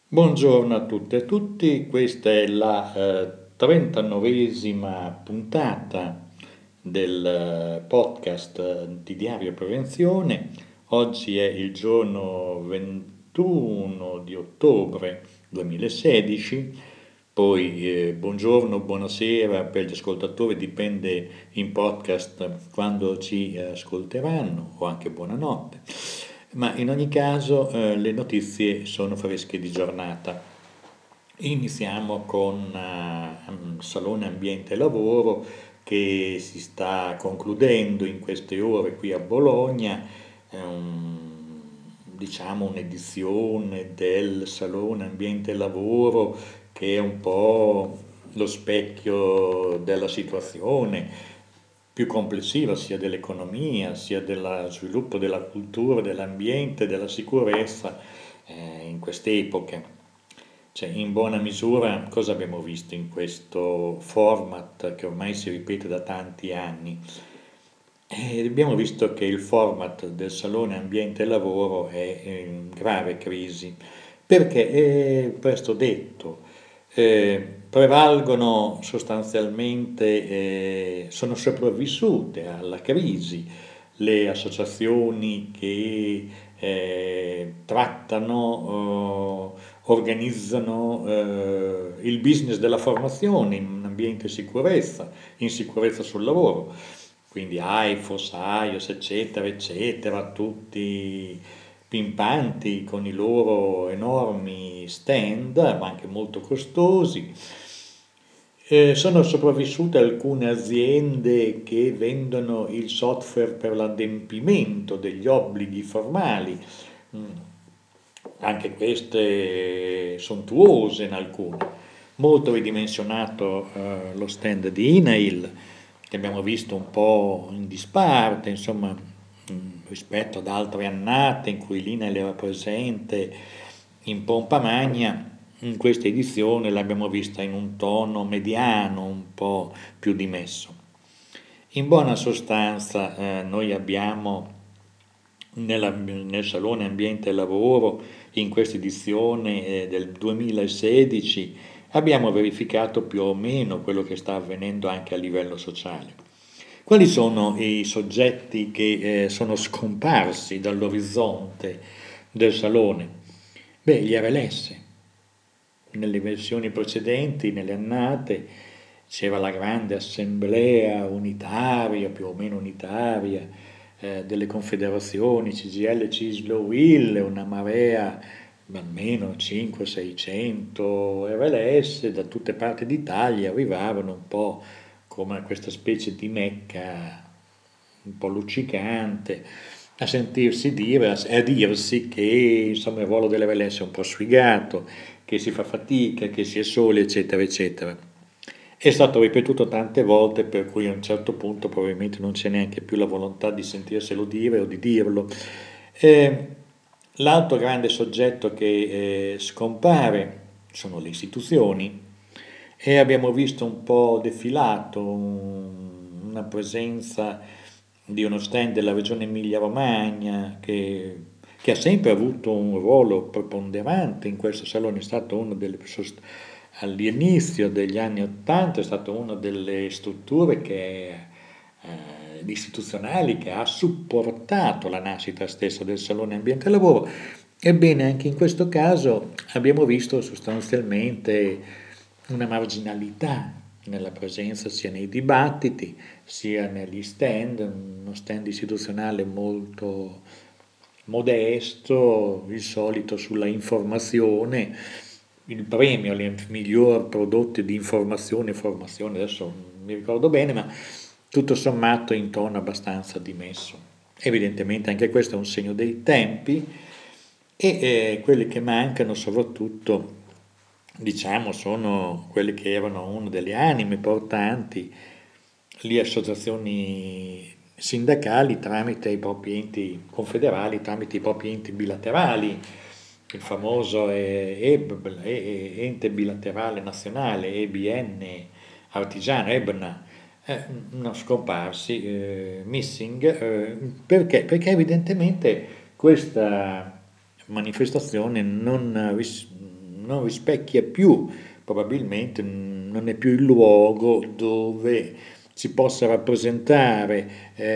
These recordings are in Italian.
Buongiorno a tutte e a tutti, questa è la 39esima puntata del podcast di Diario Prevenzione. Oggi è il giorno 21 di ottobre 2016, poi buongiorno, buonasera per gli ascoltatori, dipende in podcast quando ci ascolteranno, o anche buonanotte. Ma in ogni caso le notizie sono fresche di giornata. Iniziamo con Salone Ambiente e Lavoro che si sta concludendo in queste ore qui a Bologna, diciamo un'edizione del Salone Ambiente e Lavoro che è un po' lo specchio della situazione più complessiva sia dell'economia, sia dello sviluppo della cultura, dell'ambiente, della sicurezza in queste epoche. Cioè, in buona misura, cosa abbiamo visto in questo format che ormai si ripete da tanti anni? Abbiamo visto che il format del Salone Ambiente e Lavoro è in grave crisi, perché è presto detto, prevalgono sostanzialmente, sono sopravvissute alla crisi le associazioni che trattano, organizzano il business della formazione in ambiente sicurezza, in sicurezza sul lavoro, quindi AIFOS, AIOS, eccetera, eccetera, tutti pimpanti con i loro enormi stand, ma anche molto costosi. Sono sopravvissute alcune aziende che vendono il software per l'adempimento degli obblighi formali, mm, anche queste sontuose in alcune. Molto ridimensionato lo stand di INAIL, che abbiamo visto un po' in disparte, insomma, rispetto ad altre annate in cui l'INAIL era presente in pompa magna. In questa edizione l'abbiamo vista in un tono mediano, un po' più dimesso. In buona sostanza, noi abbiamo nel Salone Ambiente e Lavoro, in questa edizione del 2016, abbiamo verificato più o meno quello che sta avvenendo anche a livello sociale. Quali sono i soggetti che sono scomparsi dall'orizzonte del Salone? Beh, gli RLS. Nelle versioni precedenti, nelle annate, c'era la grande assemblea unitaria, più o meno unitaria, delle confederazioni CGL, CISL, UIL, una marea, almeno 500-600 RLS da tutte parti d'Italia arrivavano un po' come questa specie di Mecca un po' luccicante a sentirsi dire, a dirsi che insomma il ruolo dell'RLS è un po' sfigato, che si fa fatica, che si è soli, eccetera, eccetera. È stato ripetuto tante volte, per cui a un certo punto probabilmente non c'è neanche più la volontà di sentirselo dire o di dirlo. Eh, L'altro grande soggetto che scompare sono le istituzioni e abbiamo visto un po' defilato una presenza di uno stand della regione Emilia-Romagna che ha sempre avuto un ruolo preponderante in questo salone, è stato uno delle all'inizio degli anni Ottanta, è stato una delle strutture istituzionali che ha supportato la nascita stessa del Salone Ambiente e Lavoro. Ebbene, anche in questo caso abbiamo visto sostanzialmente una marginalità nella presenza sia nei dibattiti sia negli stand, uno stand istituzionale molto modesto, il solito sulla informazione, il premio al miglior prodotto di informazione e formazione, adesso non mi ricordo bene, ma tutto sommato in tono abbastanza dimesso. Evidentemente anche questo è un segno dei tempi e quelli che mancano soprattutto, diciamo, sono quelli che erano una delle anime portanti, le associazioni sindacali tramite i propri enti confederali, tramite i propri enti bilaterali, il famoso ente bilaterale nazionale, EBN artigiano, EBNA, no, scomparsi, missing, perché? Perché evidentemente questa manifestazione non rispecchia più, probabilmente non è più il luogo dove si possa rappresentare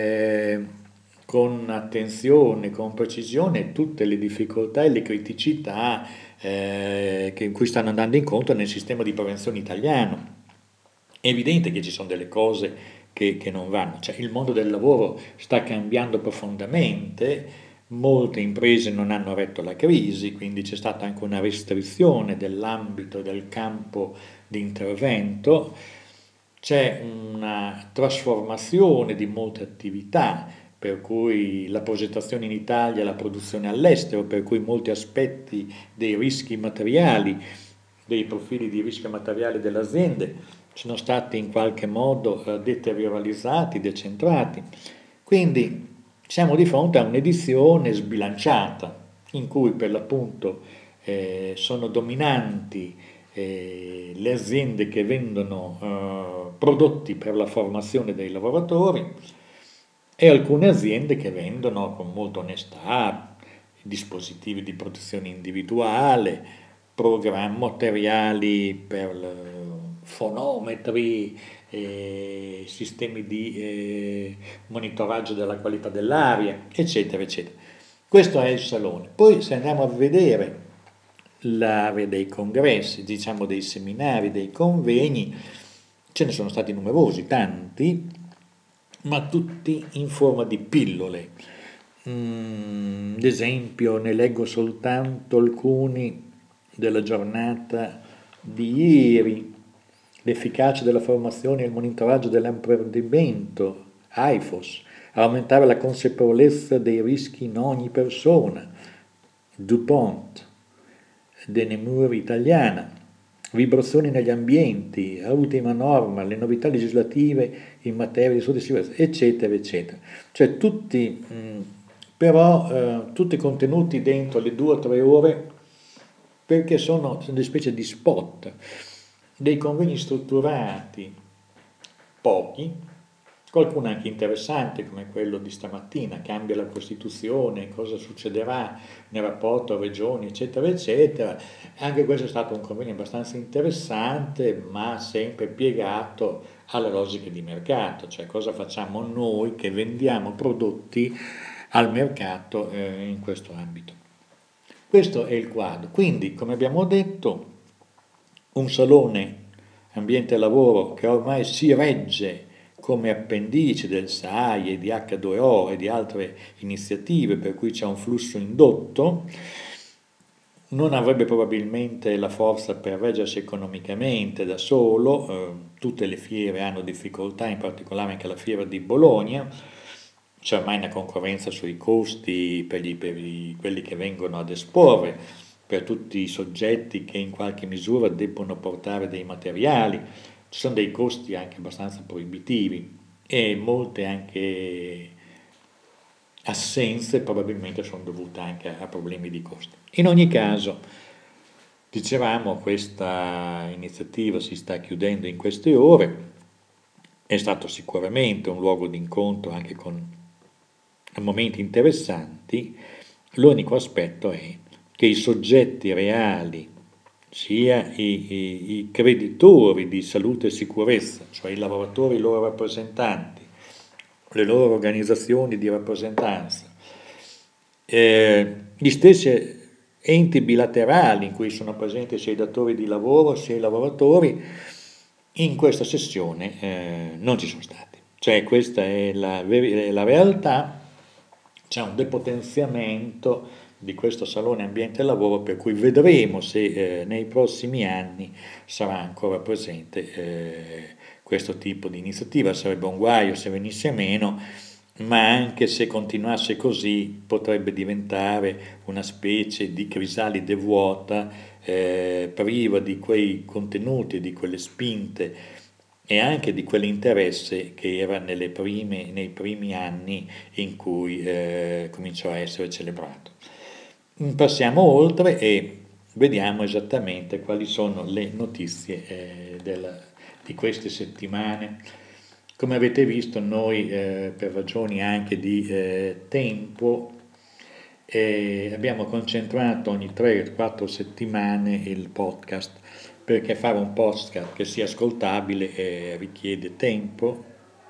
con attenzione, con precisione tutte le difficoltà e le criticità in cui stanno andando incontro nel sistema di prevenzione italiano. È evidente che ci sono delle cose che non vanno, cioè il mondo del lavoro sta cambiando profondamente, molte imprese non hanno retto la crisi, quindi c'è stata anche una restrizione dell'ambito del campo di intervento, c'è una trasformazione di molte attività, per cui la progettazione in Italia e la produzione all'estero, per cui molti aspetti dei rischi materiali, dei profili di rischio materiale delle aziende sono stati in qualche modo deterioralizzati, decentrati. Quindi siamo di fronte a un'edizione sbilanciata, in cui per l'appunto sono dominanti le aziende che vendono prodotti per la formazione dei lavoratori e alcune aziende che vendono con molta onestà dispositivi di protezione individuale, programmi materiali per fonometri, sistemi di monitoraggio della qualità dell'aria, eccetera, eccetera. Questo è il salone. Poi se andiamo a vedere l'area dei congressi, diciamo dei seminari, dei convegni, ce ne sono stati numerosi, tanti, ma tutti in forma di pillole. Ad esempio, ne leggo soltanto alcuni della giornata di ieri: l'efficacia della formazione e il monitoraggio dell'apprendimento, AIFOS, aumentare la consapevolezza dei rischi in ogni persona, DuPont, De Nemur italiana, vibrazioni negli ambienti, ultima norma, le novità legislative in materia di salute e sicurezza, eccetera, eccetera. Cioè tutti, però, tutti contenuti dentro le 2 o 3 ore, perché sono delle specie di spot, dei convegni strutturati, pochi, qualcuno anche interessante come quello di stamattina: cambia la Costituzione, cosa succederà nel rapporto a regioni, eccetera, eccetera. Anche questo è stato un convegno abbastanza interessante, ma sempre piegato alle logiche di mercato, cioè cosa facciamo noi che vendiamo prodotti al mercato in questo ambito. Questo è il quadro. Quindi, come abbiamo detto, un salone ambiente e lavoro che ormai si regge come appendice del SAI e di H2O e di altre iniziative, per cui c'è un flusso indotto, non avrebbe probabilmente la forza per reggersi economicamente da solo, tutte le fiere hanno difficoltà, in particolare anche la fiera di Bologna, c'è ormai una concorrenza sui costi quelli che vengono ad esporre, per tutti i soggetti che in qualche misura debbono portare dei materiali, ci sono dei costi anche abbastanza proibitivi e molte anche assenze probabilmente sono dovute anche a problemi di costi. In ogni caso, dicevamo, questa iniziativa si sta chiudendo in queste ore, è stato sicuramente un luogo di incontro anche con momenti interessanti. L'unico aspetto è che i soggetti reali, sia i creditori di salute e sicurezza, cioè i lavoratori e i loro rappresentanti, le loro organizzazioni di rappresentanza, gli stessi enti bilaterali in cui sono presenti sia i datori di lavoro sia i lavoratori, in questa sessione non ci sono stati. Cioè questa è la realtà, c'è un depotenziamento di questo salone ambiente e lavoro, per cui vedremo se nei prossimi anni sarà ancora presente questo tipo di iniziativa. Sarebbe un guaio se venisse meno, ma anche se continuasse così potrebbe diventare una specie di crisalide vuota, priva di quei contenuti, di quelle spinte e anche di quell'interesse che era nei primi anni in cui cominciò a essere celebrato. Passiamo oltre e vediamo esattamente quali sono le notizie di queste settimane. Come avete visto, noi per ragioni anche di tempo e abbiamo concentrato ogni 3-4 settimane il podcast, perché fare un podcast che sia ascoltabile richiede tempo.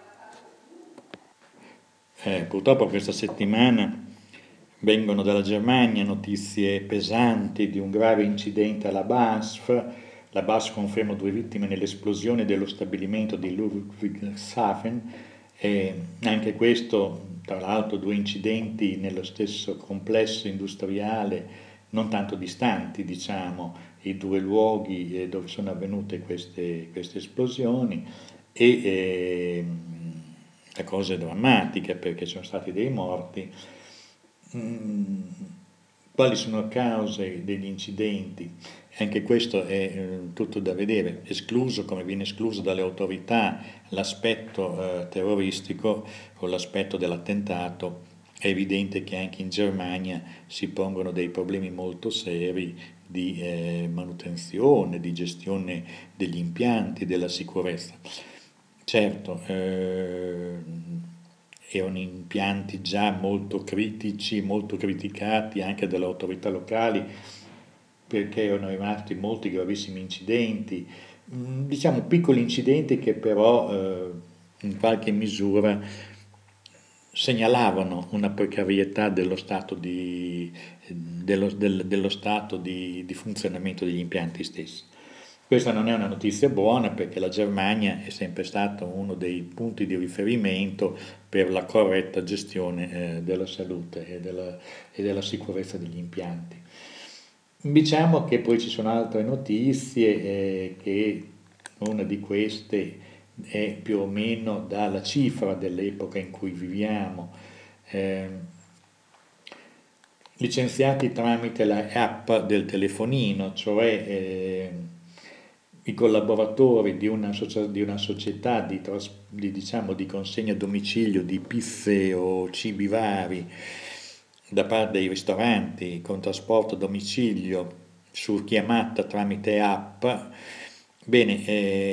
Purtroppo questa settimana vengono dalla Germania notizie pesanti di un grave incidente alla BASF. La BASF conferma 2 vittime nell'esplosione dello stabilimento di Ludwigshafen, e anche questo, tra l'altro, 2 incidenti nello stesso complesso industriale, non tanto distanti, diciamo, i 2 luoghi dove sono avvenute queste esplosioni e cose drammatiche perché ci sono stati dei morti. Mm, Quali sono le cause degli incidenti? Anche questo è tutto da vedere, escluso come viene escluso dalle autorità l'aspetto terroristico o l'aspetto dell'attentato. È evidente che anche in Germania si pongono dei problemi molto seri di manutenzione, di gestione degli impianti, della sicurezza. Certo, erano impianti già molto critici, molto criticati anche dalle autorità locali perché erano rimasti molti gravissimi incidenti, diciamo piccoli incidenti che però in qualche misura segnalavano una precarietà dello stato dello stato di funzionamento degli impianti stessi. Questa non è una notizia buona perché la Germania è sempre stata uno dei punti di riferimento per la corretta gestione della salute e della sicurezza degli impianti. Diciamo che poi ci sono altre notizie, che una di queste è più o meno dalla cifra dell'epoca in cui viviamo. Eh, Licenziati tramite la app del telefonino, cioè i collaboratori di una società diciamo, di consegna a domicilio di pizze o cibi vari da parte dei ristoranti con trasporto a domicilio su chiamata tramite app. Bene,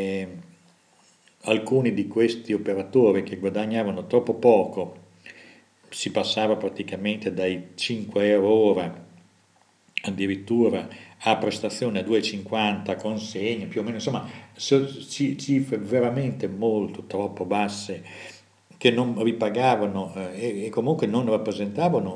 alcuni di questi operatori che guadagnavano troppo poco, si passava praticamente dai 5 euro ora addirittura a prestazione a 2,50 consegne, più o meno, insomma, cifre veramente molto troppo basse che non ripagavano e comunque non rappresentavano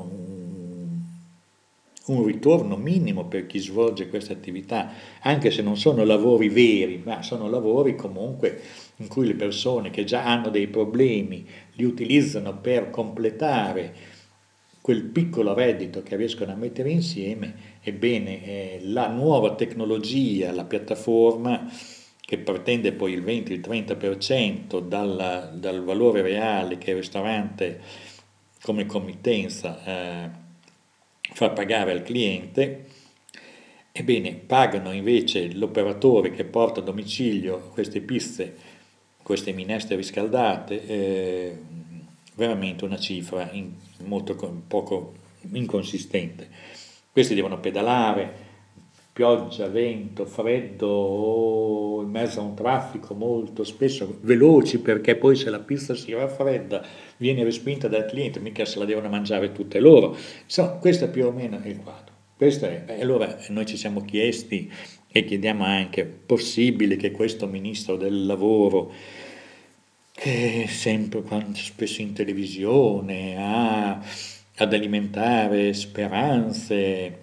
un ritorno minimo per chi svolge queste attività, anche se non sono lavori veri, ma sono lavori comunque in cui le persone che già hanno dei problemi li utilizzano per completare quel piccolo reddito che riescono a mettere insieme. Ebbene, la nuova tecnologia, la piattaforma che pretende poi il 20-30% dal valore reale che il ristorante come committenza fa pagare al cliente, ebbene pagano invece l'operatore che porta a domicilio queste pizze, queste minestre riscaldate, veramente una cifra molto poco inconsistente. Questi devono pedalare, pioggia, vento, freddo, o in mezzo a un traffico molto spesso veloci perché poi se la pizza si raffredda viene respinta dal cliente, mica se la devono mangiare tutte loro. Insomma, questo è più o meno il quadro. Allora noi ci siamo chiesti e chiediamo anche, possibile che questo ministro del lavoro, che è sempre spesso in televisione, ad alimentare speranze,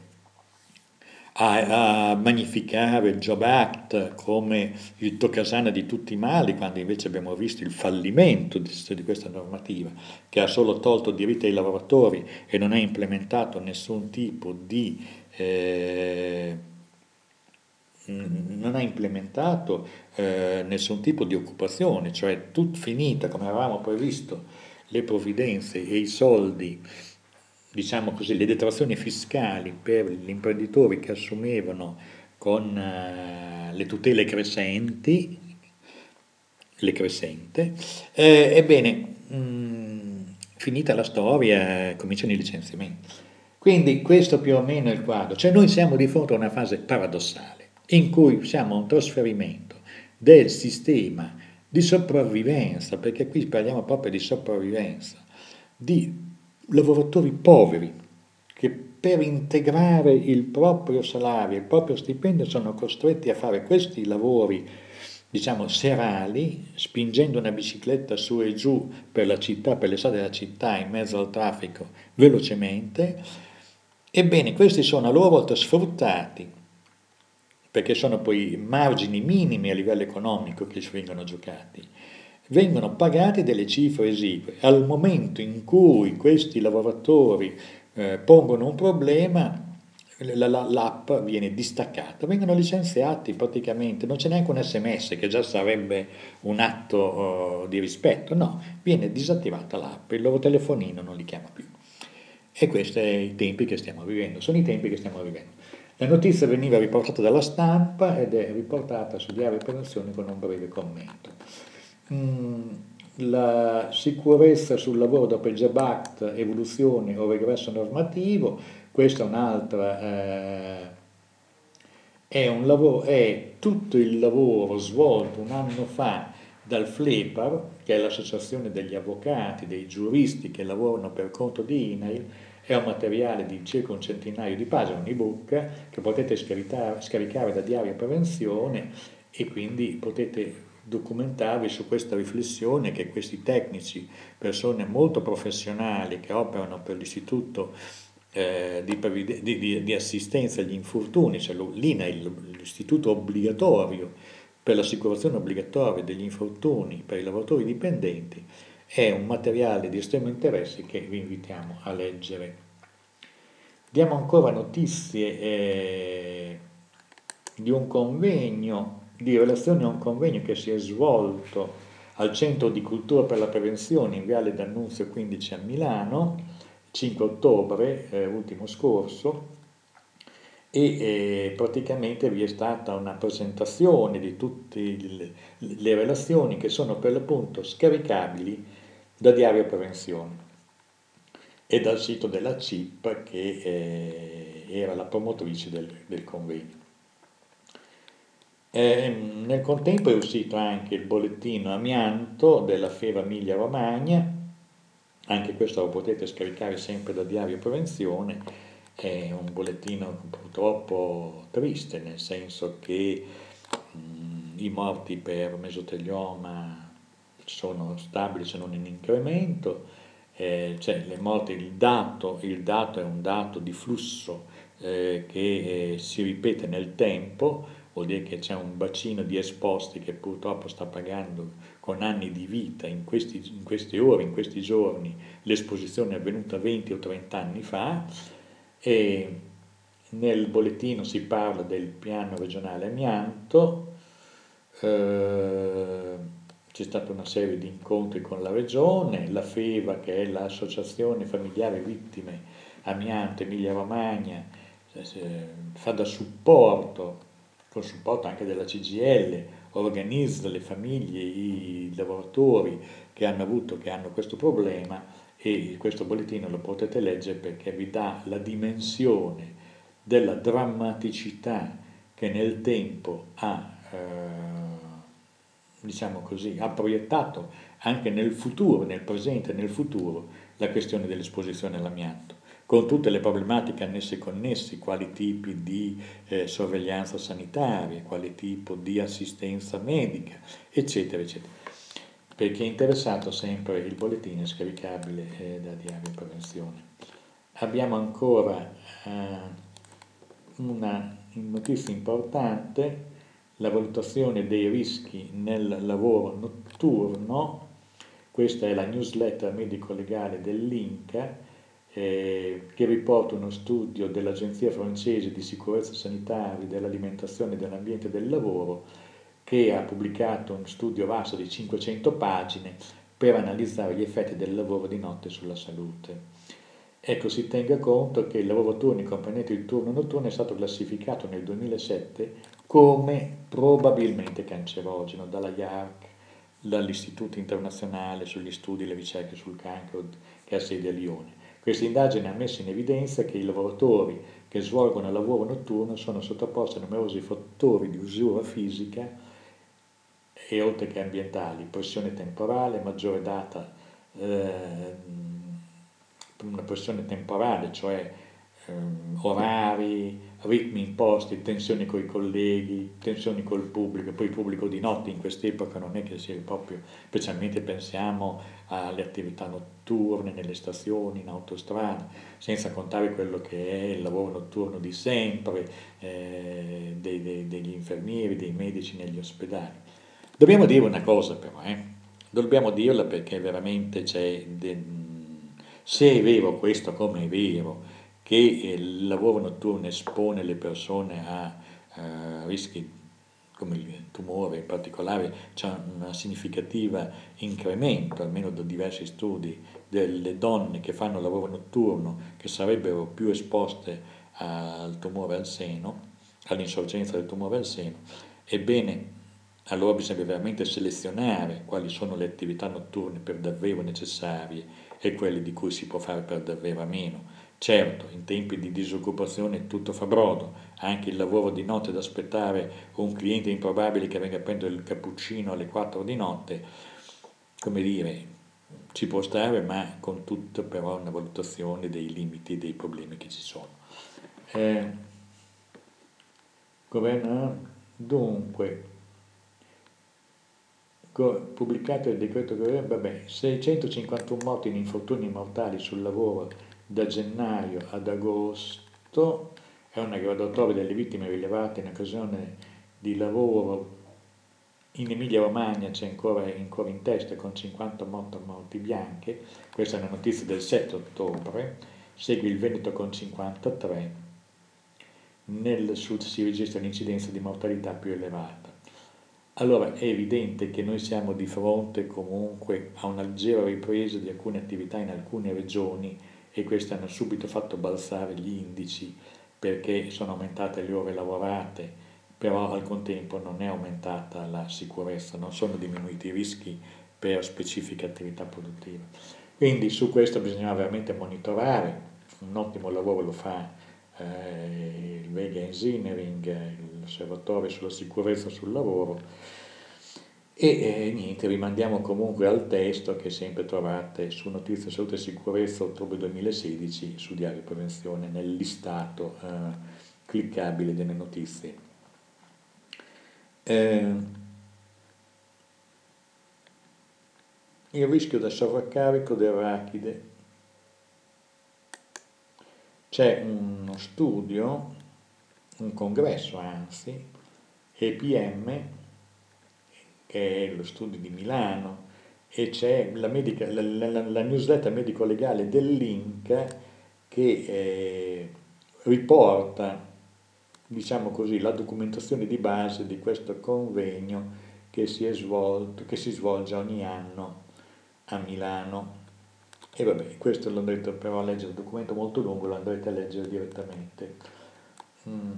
a magnificare il Job Act come il toccasana di tutti i mali, quando invece abbiamo visto il fallimento di questa normativa, che ha solo tolto diritti ai lavoratori e non ha implementato nessun tipo di non ha implementato nessun tipo di occupazione, cioè finita come avevamo previsto le provvidenze e i soldi, diciamo così, le detrazioni fiscali per gli imprenditori che assumevano con le tutele crescenti, le crescente, ebbene, finita la storia, cominciano i licenziamenti. Quindi questo più o meno è il quadro, cioè noi siamo di fronte a una fase paradossale in cui siamo a un trasferimento del sistema di sopravvivenza, perché qui parliamo proprio di sopravvivenza, di lavoratori poveri che per integrare il proprio salario, il proprio stipendio, sono costretti a fare questi lavori, diciamo, serali, spingendo una bicicletta su e giù per la città, per le strade della città, in mezzo al traffico, velocemente. Ebbene, questi sono a loro volta sfruttati, perché sono poi margini minimi a livello economico che ci vengono giocati, vengono pagati delle cifre esigue. Al momento in cui questi lavoratori pongono un problema, l'app viene distaccata, vengono licenziati praticamente, non c'è neanche un SMS che già sarebbe un atto di rispetto, no, viene disattivata l'app, il loro telefonino non li chiama più. E questi sono i tempi che stiamo vivendo, sono i tempi che stiamo vivendo. La notizia veniva riportata dalla stampa ed è riportata su Diario Operazioni con un breve commento. Mm, la sicurezza sul lavoro dopo il Job Act, evoluzione o regresso normativo, questa è un'altra, è un lavoro, è tutto il lavoro svolto un anno fa dal FLEPAR, che è l'associazione degli avvocati, dei giuristi che lavorano per conto di INAIL. È un materiale di circa un centinaio di pagine, un ebook che potete scaricare da Diario Prevenzione e quindi potete documentarvi su questa riflessione che questi tecnici, persone molto professionali che operano per l'Istituto di assistenza agli infortuni, cioè l'INAIL, l'istituto obbligatorio per l'assicurazione obbligatoria degli infortuni per i lavoratori dipendenti, è un materiale di estremo interesse che vi invitiamo a leggere. Diamo ancora notizie di un convegno, di relazione a un convegno che si è svolto al Centro di Cultura per la Prevenzione in Viale D'Annunzio 15 a Milano, 5 ottobre, ultimo scorso, e praticamente vi è stata una presentazione di tutte le relazioni che sono per l'appunto scaricabili da Diario Prevenzione e dal sito della CIP che era la promotrice del convegno. Nel contempo è uscito anche il bollettino amianto della FEVA Emilia Romagna, anche questo lo potete scaricare sempre da Diario Prevenzione, è un bollettino purtroppo triste, nel senso che i morti per mesotelioma sono stabili se non in incremento, cioè le morti, il dato è un dato di flusso che si ripete nel tempo, vuol dire che c'è un bacino di esposti che purtroppo sta pagando con anni di vita in queste ore, in questi giorni, l'esposizione è avvenuta 20 o 30 anni fa e nel bollettino si parla del piano regionale amianto, c'è stata una serie di incontri con la regione, la FEVA che è l'associazione familiare vittime amianto Emilia Romagna fa da supporto, con supporto anche della CGIL, organizza le famiglie, i lavoratori che hanno questo problema e questo bollettino lo potete leggere perché vi dà la dimensione della drammaticità che nel tempo diciamo così, ha proiettato anche nel futuro, nel presente e nel futuro, la questione dell'esposizione all'amianto, con tutte le problematiche annesse e connessi, quali tipi di sorveglianza sanitaria, quale tipo di assistenza medica, eccetera, eccetera. Per chi è interessato sempre il bollettino è scaricabile da Diario Prevenzione. Abbiamo ancora una notizia importante, la valutazione dei rischi nel lavoro notturno, questa è la newsletter medico-legale dell'INCA, che riporta uno studio dell'Agenzia francese di sicurezza sanitaria, dell'alimentazione e dell'ambiente del lavoro, che ha pubblicato uno studio vasto di 500 pagine per analizzare gli effetti del lavoro di notte sulla salute. Ecco, si tenga conto che il lavoro turni comprendente il turno notturno è stato classificato nel 2007 come probabilmente cancerogeno dalla IARC, dall'Istituto Internazionale sugli Studi e le Ricerche sul Cancro che ha sede a Lione. Questa indagine ha messo in evidenza che i lavoratori che svolgono il lavoro notturno sono sottoposti a numerosi fattori di usura fisica e oltre che ambientali, pressione temporale, maggiore data, una pressione temporale, cioè orari, ritmi imposti, tensioni coi colleghi, tensioni col pubblico, poi il pubblico di notte in quest'epoca non è che sia proprio, specialmente pensiamo alle attività notturne nelle stazioni, in autostrada, senza contare quello che è il lavoro notturno di sempre, degli infermieri, dei medici negli ospedali. Dobbiamo dire una cosa però, dobbiamo dirla perché veramente se è vero questo come è vero, che il lavoro notturno espone le persone a rischi come il tumore in particolare, c'è un significativo incremento, almeno da diversi studi, delle donne che fanno lavoro notturno che sarebbero più esposte al tumore al seno, all'insorgenza del tumore al seno. Ebbene, allora bisogna veramente selezionare quali sono le attività notturne per davvero necessarie e quelle di cui si può fare per davvero a meno. Certo, in tempi di disoccupazione tutto fa brodo, anche il lavoro di notte ad aspettare un cliente improbabile che venga a prendere il cappuccino alle 4 di notte, come dire, ci può stare, ma con tutto però una valutazione dei limiti e dei problemi che ci sono. Eh, Dunque, pubblicato il decreto che vabbè, 651 morti in infortuni mortali sul lavoro da gennaio ad agosto, è una graduatoria delle vittime rilevate in occasione di lavoro in Emilia-Romagna c'è ancora in testa con 50 morti bianche, questa è una notizia del 7 ottobre, segue il Veneto con 53, nel sud si registra l'incidenza di mortalità più elevata. Allora è evidente che noi siamo di fronte comunque a una leggera ripresa di alcune attività in alcune regioni e queste hanno subito fatto balzare gli indici perché sono aumentate le ore lavorate, però al contempo non è aumentata la sicurezza, non sono diminuiti i rischi per specifiche attività produttive. Quindi su questo bisogna veramente monitorare, un ottimo lavoro lo fa il Vega Engineering, l'osservatorio sulla sicurezza sul lavoro e niente, rimandiamo comunque al testo che sempre trovate su Notizie Salute e Sicurezza ottobre 2016 su Diario Prevenzione nel listato cliccabile delle notizie. Il rischio da sovraccarico dell'arachide. C'è uno studio, un congresso anzi, EPM, che è lo studio di Milano, e c'è la newsletter medico-legale dell'Inca che riporta, diciamo così, la documentazione di base di questo convegno che si svolge ogni anno a Milano. E vabbè, questo lo andrete però a leggere, il documento molto lungo, lo andrete a leggere direttamente. Mm.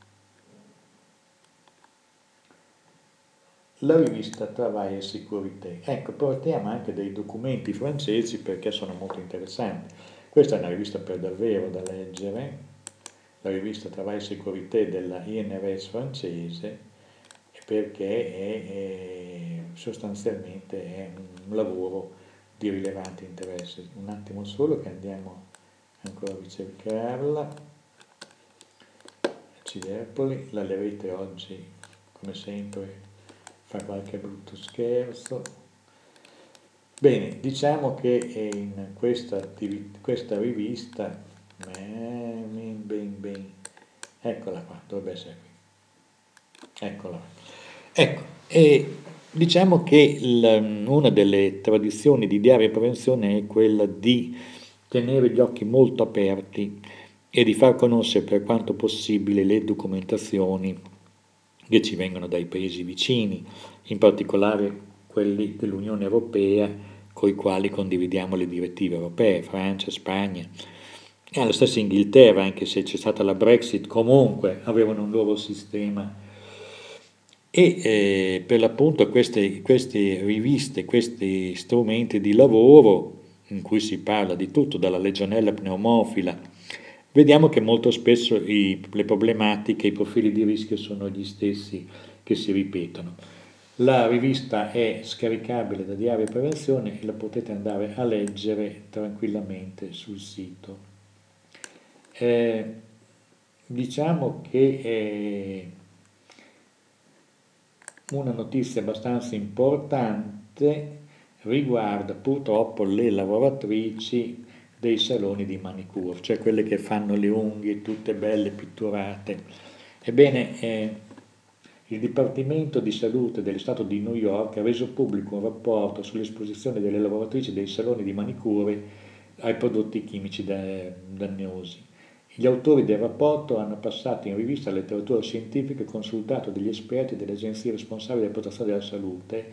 La rivista Travail et Sécurité. Ecco, portiamo anche dei documenti francesi perché sono molto interessanti. Questa è una rivista per davvero da leggere, la rivista Travail et Sécurité della INRS francese, perché sostanzialmente è un lavoro di rilevante interesse. Un attimo solo che andiamo ancora a ricercarla. Ciderpoli, la leverete oggi, come sempre, fa qualche brutto scherzo. Bene, diciamo che in questa rivista, eccola qua, dovrebbe essere qui, eccola. Ecco, e diciamo che una delle tradizioni di Diario Prevenzione è quella di tenere gli occhi molto aperti e di far conoscere per quanto possibile le documentazioni che ci vengono dai paesi vicini, in particolare quelli dell'Unione Europea con i quali condividiamo le direttive europee, Francia, Spagna e la stessa Inghilterra, anche se c'è stata la Brexit, comunque avevano un loro sistema e per l'appunto queste riviste, questi strumenti di lavoro in cui si parla di tutto, dalla legionella pneumofila, vediamo che molto spesso le problematiche, i profili di rischio sono gli stessi che si ripetono. La rivista è scaricabile da Diario Prevenzione e la potete andare a leggere tranquillamente sul sito. Eh, diciamo che una notizia abbastanza importante riguarda purtroppo le lavoratrici dei saloni di manicure, cioè quelle che fanno le unghie tutte belle pitturate. Ebbene, il Dipartimento di Salute dello Stato di New York ha reso pubblico un rapporto sull'esposizione delle lavoratrici dei saloni di manicure ai prodotti chimici dannosi. Gli autori del rapporto hanno passato in rivista la letteratura scientifica e consultato degli esperti delle agenzie responsabili della protezione della salute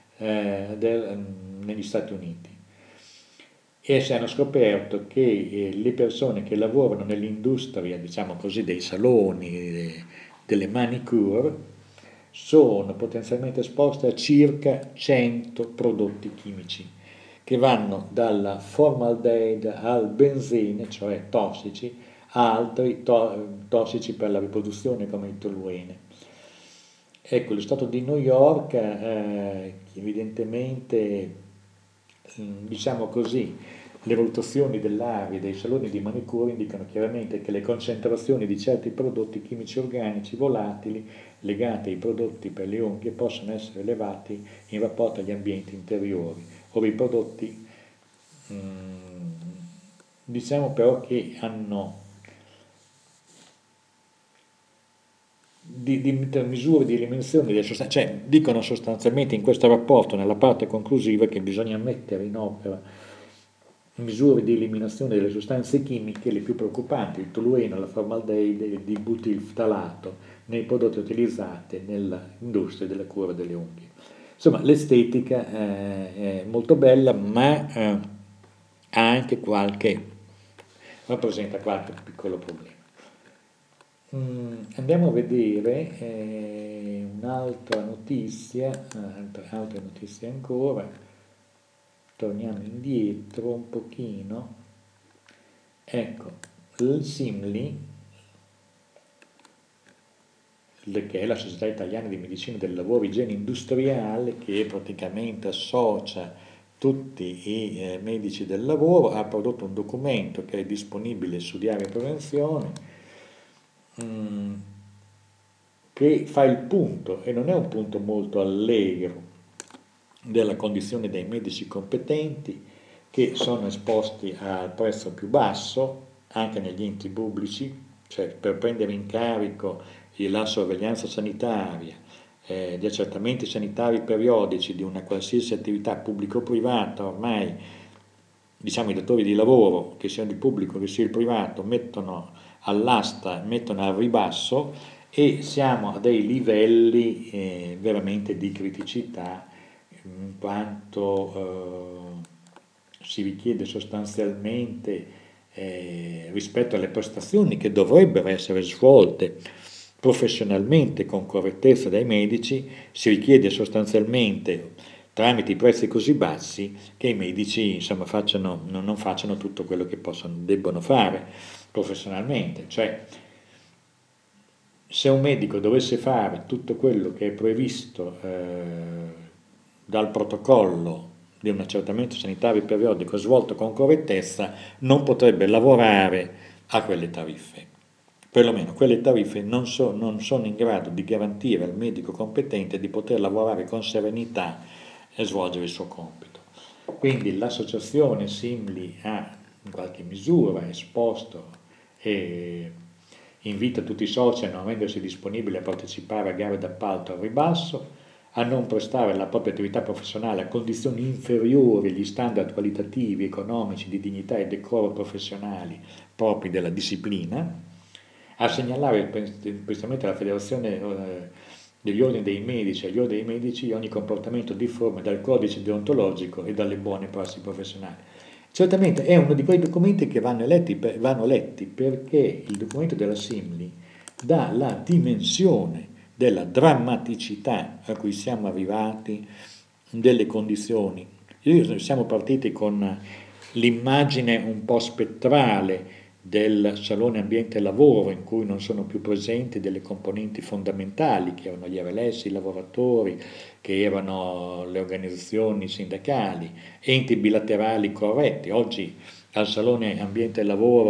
negli Stati Uniti e si hanno scoperto che le persone che lavorano nell'industria, diciamo così, dei saloni, delle manicure, sono potenzialmente esposte a circa 100 prodotti chimici che vanno dalla formaldeide al benzene, cioè tossici, a altri tossici per la riproduzione come il toluene. Ecco, lo Stato di New York evidentemente, diciamo così, le valutazioni dell'aria dei saloni di manicure indicano chiaramente che le concentrazioni di certi prodotti chimici organici volatili legati ai prodotti per le unghie possono essere elevati in rapporto agli ambienti interiori, ove i prodotti diciamo però che hanno di misure di eliminazione delle sostanze, cioè dicono sostanzialmente in questo rapporto, nella parte conclusiva, che bisogna mettere in opera misure di eliminazione delle sostanze chimiche, le più preoccupanti, il toluene, la formaldeide e il dibutilftalato, nei prodotti utilizzati nell'industria della cura delle unghie. Insomma, l'estetica è molto bella, ma ha anche rappresenta qualche piccolo problema. Andiamo a vedere un'altra notizia, altre notizie ancora, torniamo indietro un pochino. Ecco, il SIMLI, che è la Società Italiana di Medicina del Lavoro e Igiene Industriale, che praticamente associa tutti i medici del lavoro, ha prodotto un documento che è disponibile su Diario Prevenzione, mm, che fa il punto, e non è un punto molto allegro, della condizione dei medici competenti che sono esposti al prezzo più basso anche negli enti pubblici, cioè per prendere in carico la sorveglianza sanitaria, gli accertamenti sanitari periodici di una qualsiasi attività pubblico-privata, ormai diciamo i datori di lavoro, che siano il pubblico che sia il privato, mettono all'asta, mettono al ribasso e siamo a dei livelli veramente di criticità in quanto si richiede sostanzialmente rispetto alle prestazioni che dovrebbero essere svolte professionalmente con correttezza dai medici, si richiede sostanzialmente tramite i prezzi così bassi che i medici insomma, non facciano tutto quello che debbono fare professionalmente. Cioè, se un medico dovesse fare tutto quello che è previsto dal protocollo di un accertamento sanitario periodico svolto con correttezza, non potrebbe lavorare a quelle tariffe. Perlomeno quelle tariffe non sono in grado di garantire al medico competente di poter lavorare con serenità e svolgere il suo compito. Quindi l'associazione Simli ha in qualche misura esposto e invita tutti i soci a non rendersi disponibili a partecipare a gare d'appalto al ribasso, a non prestare la propria attività professionale a condizioni inferiori agli standard qualitativi, economici, di dignità e decoro professionali propri della disciplina, a segnalare precisamente alla Federazione degli Ordini dei Medici e agli Ordini dei Medici ogni comportamento difforme dal codice deontologico e dalle buone prassi professionali. Certamente è uno di quei documenti che vanno letti perché il documento della Simli dà la dimensione della drammaticità a cui siamo arrivati delle condizioni. Siamo partiti con l'immagine un po' spettrale del salone ambiente e lavoro in cui non sono più presenti delle componenti fondamentali che erano gli RLS, i lavoratori, che erano le organizzazioni sindacali, enti bilaterali corretti. Oggi al salone ambiente e lavoro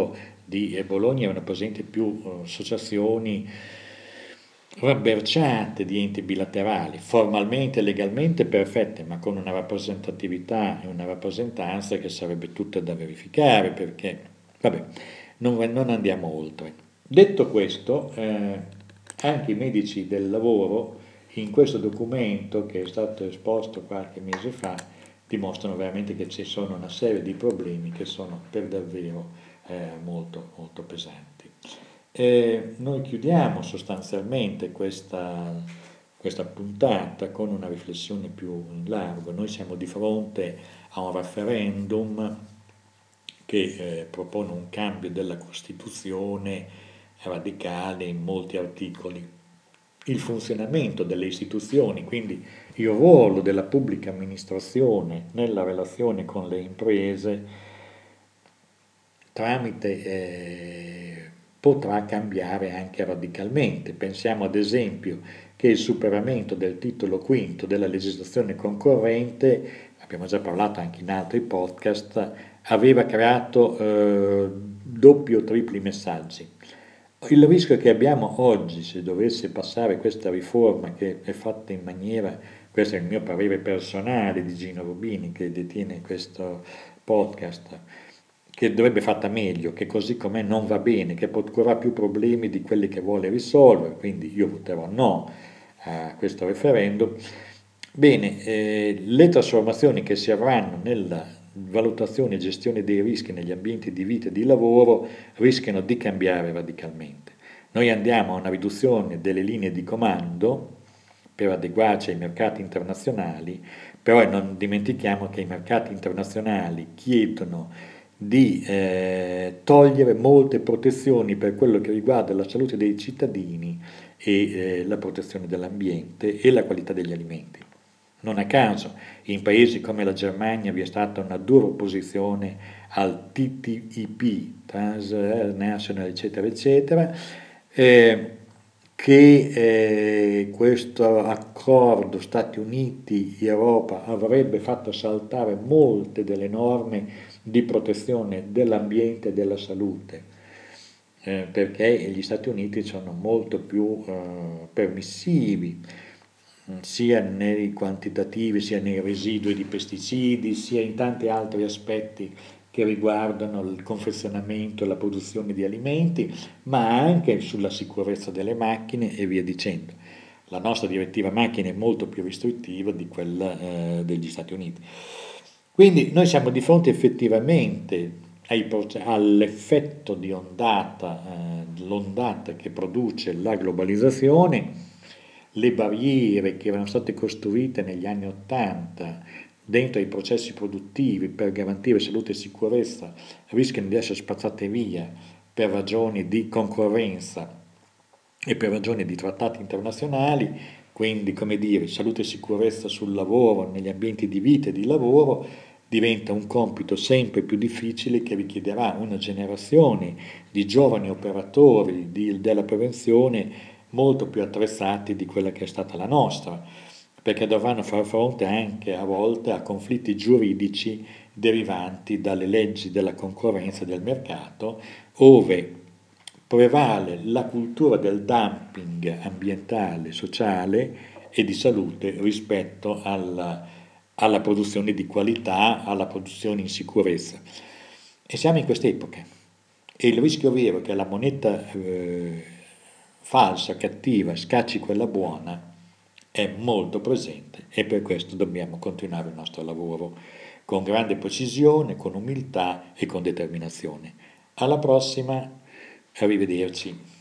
di Bologna erano presenti più associazioni rabberciate di enti bilaterali, formalmente e legalmente perfette, ma con una rappresentatività e una rappresentanza che sarebbe tutta da verificare, perché, vabbè, non andiamo oltre. Detto questo, anche i medici del lavoro in questo documento che è stato esposto qualche mese fa dimostrano veramente che ci sono una serie di problemi che sono per davvero molto, molto pesanti. Noi chiudiamo sostanzialmente questa puntata con una riflessione più in largo. Noi siamo di fronte a un referendum che propone un cambio della Costituzione radicale in molti articoli. Il funzionamento delle istituzioni, quindi il ruolo della pubblica amministrazione nella relazione con le imprese tramite potrà cambiare anche radicalmente. Pensiamo ad esempio che il superamento del titolo quinto della legislazione concorrente, abbiamo già parlato anche in altri podcast, aveva creato doppi o tripli messaggi. Il rischio che abbiamo oggi, se dovesse passare questa riforma che è fatta in maniera, questo è il mio parere personale di Gino Rubini che detiene questo podcast, che dovrebbe fatta meglio, che così com'è non va bene, che procura più problemi di quelli che vuole risolvere, quindi io voterò no a questo referendum. Bene, le trasformazioni che si avranno nella valutazione e gestione dei rischi negli ambienti di vita e di lavoro rischiano di cambiare radicalmente. Noi andiamo a una riduzione delle linee di comando per adeguarci ai mercati internazionali, però non dimentichiamo che i mercati internazionali chiedono di togliere molte protezioni per quello che riguarda la salute dei cittadini e la protezione dell'ambiente e la qualità degli alimenti. Non a caso in paesi come la Germania vi è stata una dura opposizione al TTIP, Transnational, eccetera, eccetera, che questo accordo Stati Uniti-Europa avrebbe fatto saltare molte delle norme di protezione dell'ambiente e della salute, perché gli Stati Uniti sono molto più permissivi, sia nei quantitativi, sia nei residui di pesticidi, sia in tanti altri aspetti che riguardano il confezionamento e la produzione di alimenti, ma anche sulla sicurezza delle macchine e via dicendo. La nostra direttiva macchine è molto più restrittiva di quella degli Stati Uniti. Quindi noi siamo di fronte effettivamente all'effetto di ondata, l'ondata che produce la globalizzazione, le barriere che erano state costruite negli anni Ottanta dentro ai processi produttivi per garantire salute e sicurezza rischiano di essere spazzate via per ragioni di concorrenza e per ragioni di trattati internazionali, quindi come dire, salute e sicurezza sul lavoro, negli ambienti di vita e di lavoro, diventa un compito sempre più difficile che richiederà una generazione di giovani operatori della prevenzione molto più attrezzati di quella che è stata la nostra, perché dovranno far fronte anche a volte a conflitti giuridici derivanti dalle leggi della concorrenza e del mercato, ove prevale la cultura del dumping ambientale, sociale e di salute rispetto alla produzione di qualità, alla produzione in sicurezza. E siamo in queste epoche. E il rischio vero che la moneta falsa, cattiva, scacci quella buona è molto presente e per questo dobbiamo continuare il nostro lavoro con grande precisione, con umiltà e con determinazione. Alla prossima, arrivederci.